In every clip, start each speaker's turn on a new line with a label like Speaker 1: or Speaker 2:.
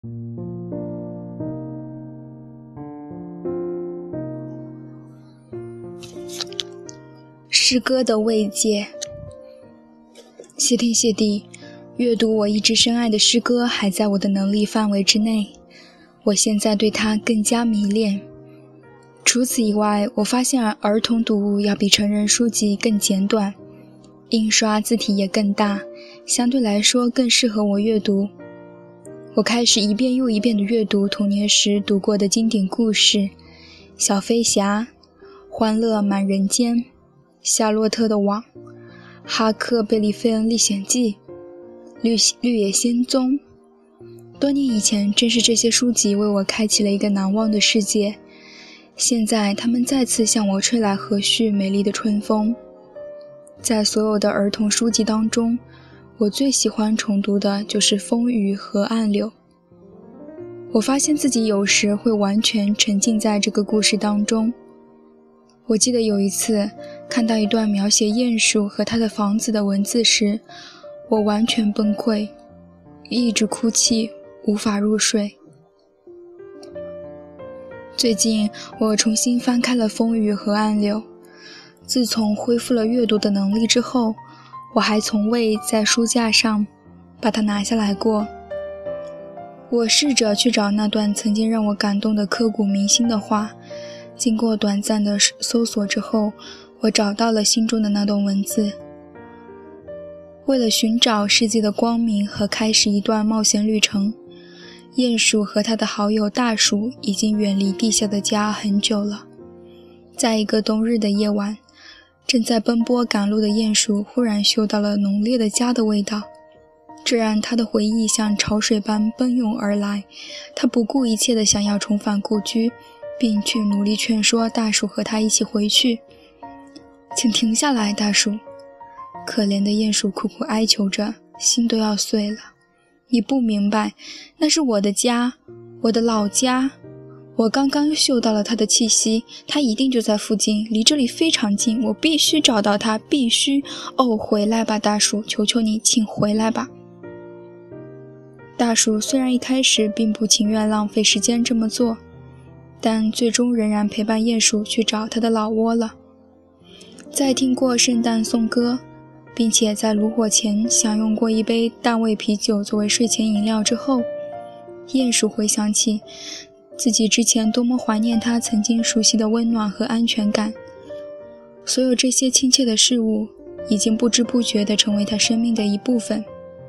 Speaker 1: 诗歌的慰藉。谢天谢地，阅读我一直深爱的诗歌还在我的能力范围之内，我现在对它更加迷恋。除此以外，我发现儿童读物要比成人书籍更简短，印刷字体也更大，相对来说更适合我阅读。我开始一遍又一遍地阅读童年时读过的经典故事，小飞侠、欢乐满人间、夏洛特的网、哈克贝利费恩历险记、绿野仙踪。多年以前，正是这些书籍为我开启了一个难忘的世界，现在他们再次向我吹来和煦美丽的春风。在所有的儿童书籍当中，我最喜欢重读的就是《风雨和暗柳》。我发现自己有时会完全沉浸在这个故事当中。我记得有一次看到一段描写鼹鼠和他的房子的文字时，我完全崩溃，一直哭泣，无法入睡。最近我重新翻开了《风雨和暗柳》，自从恢复了阅读的能力之后，我还从未在书架上把它拿下来过。我试着去找那段曾经让我感动的刻骨铭心的话，经过短暂的搜索之后，我找到了心中的那段文字。为了寻找世界的光明和开始一段冒险旅程，鼹鼠和他的好友大鼠已经远离地下的家很久了。在一个冬日的夜晚，正在奔波赶路的鼹鼠忽然嗅到了浓烈的家的味道，这让他的回忆像潮水般奔涌而来。他不顾一切地想要重返故居，并去努力劝说大鼠和他一起回去。请停下来，大鼠。可怜的鼹鼠苦苦哀求着，心都要碎了。你不明白，那是我的家，我的老家。我刚刚嗅到了他的气息，他一定就在附近，离这里非常近，我必须找到他，必须。哦，回来吧，大鼠，求求你，请回来吧。大鼠虽然一开始并不情愿浪费时间这么做，但最终仍然陪伴鼹鼠去找他的老窝了。在听过圣诞颂歌，并且在炉火前享用过一杯淡味啤酒作为睡前饮料之后，鼹鼠回想起自己之前多么怀念他曾经熟悉的温暖和安全感。所有这些亲切的事物已经不知不觉地成为他生命的一部分。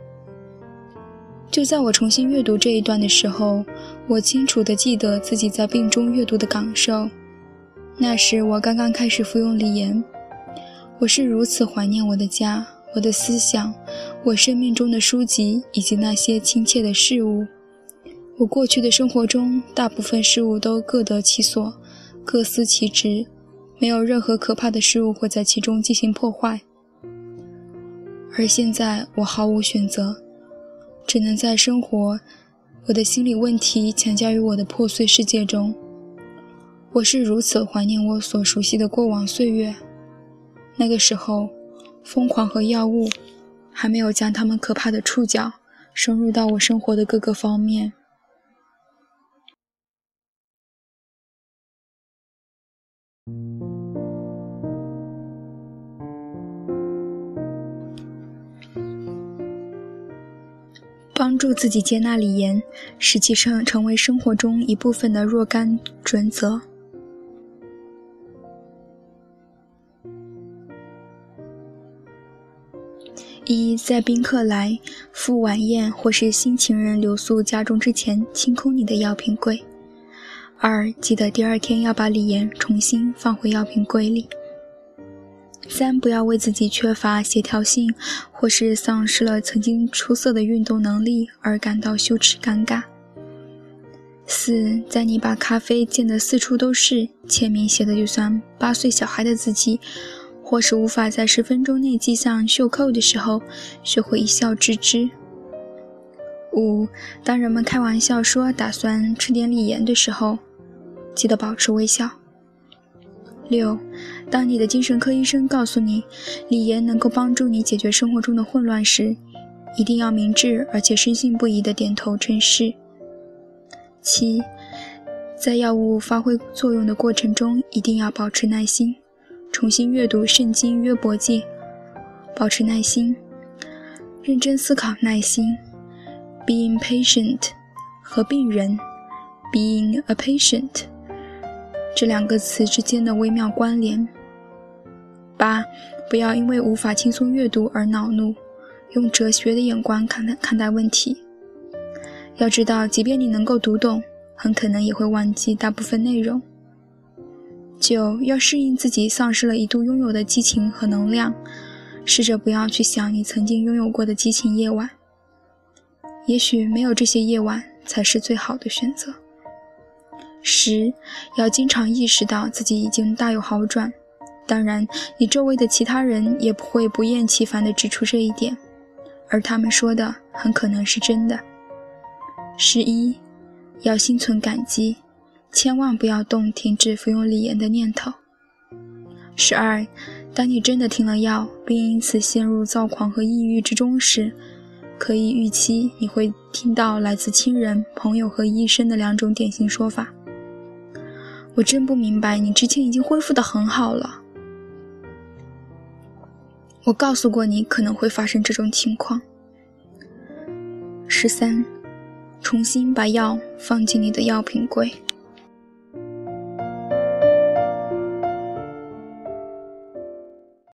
Speaker 1: 就在我重新阅读这一段的时候，我清楚地记得自己在病中阅读的感受。那时我刚刚开始服用锂盐，我是如此怀念我的家，我的思想，我生命中的书籍以及那些亲切的事物。我过去的生活中，大部分事物都各得其所，各司其职，没有任何可怕的事物会在其中进行破坏。而现在我毫无选择，只能在生活，我的心理问题强加于我的破碎世界中。我是如此怀念我所熟悉的过往岁月，那个时候，疯狂和药物还没有将它们可怕的触角深入到我生活的各个方面。帮助自己接纳锂盐，使其成为生活中一部分的若干准则。一，在宾客来、赴晚宴或是新情人留宿家中之前，清空你的药品柜。二，记得第二天要把锂盐重新放回药品柜里。三，不要为自己缺乏协调性或是丧失了曾经出色的运动能力而感到羞耻尴尬。四，在你把咖啡溅得四处都是，签名写的就像8岁小孩的字迹，或是无法在10分钟内系上袖扣的时候，学会一笑置之。五，当人们开玩笑说打算吃点锂盐的时候，记得保持微笑。六，当你的精神科医生告诉你锂盐能够帮助你解决生活中的混乱时，一定要明智而且深信不疑地点头称是。 7. 在药物发挥作用的过程中，一定要保持耐心，重新阅读圣经约伯记，保持耐心，认真思考，耐心。Being patient 和病人 Being a patient 这两个词之间的微妙关联。8. 不要因为无法轻松阅读而恼怒，用哲学的眼光看待问题。要知道，即便你能够读懂，很可能也会忘记大部分内容。9. 要适应自己丧失了一度拥有的激情和能量，试着不要去想你曾经拥有过的激情夜晚，也许没有这些夜晚才是最好的选择。10. 要经常意识到自己已经大有好转，当然你周围的其他人也不会不厌其烦地指出这一点，而他们说的很可能是真的。11. 要心存感激，千万不要停止服用锂盐的念头。12. 当你真的停了药，并因此陷入躁狂和抑郁之中时，可以预期你会听到来自亲人、朋友和医生的2种典型说法。我真不明白，你之前已经恢复得很好了。我告诉过你可能会发生这种情况。13. 重新把药放进你的药品柜。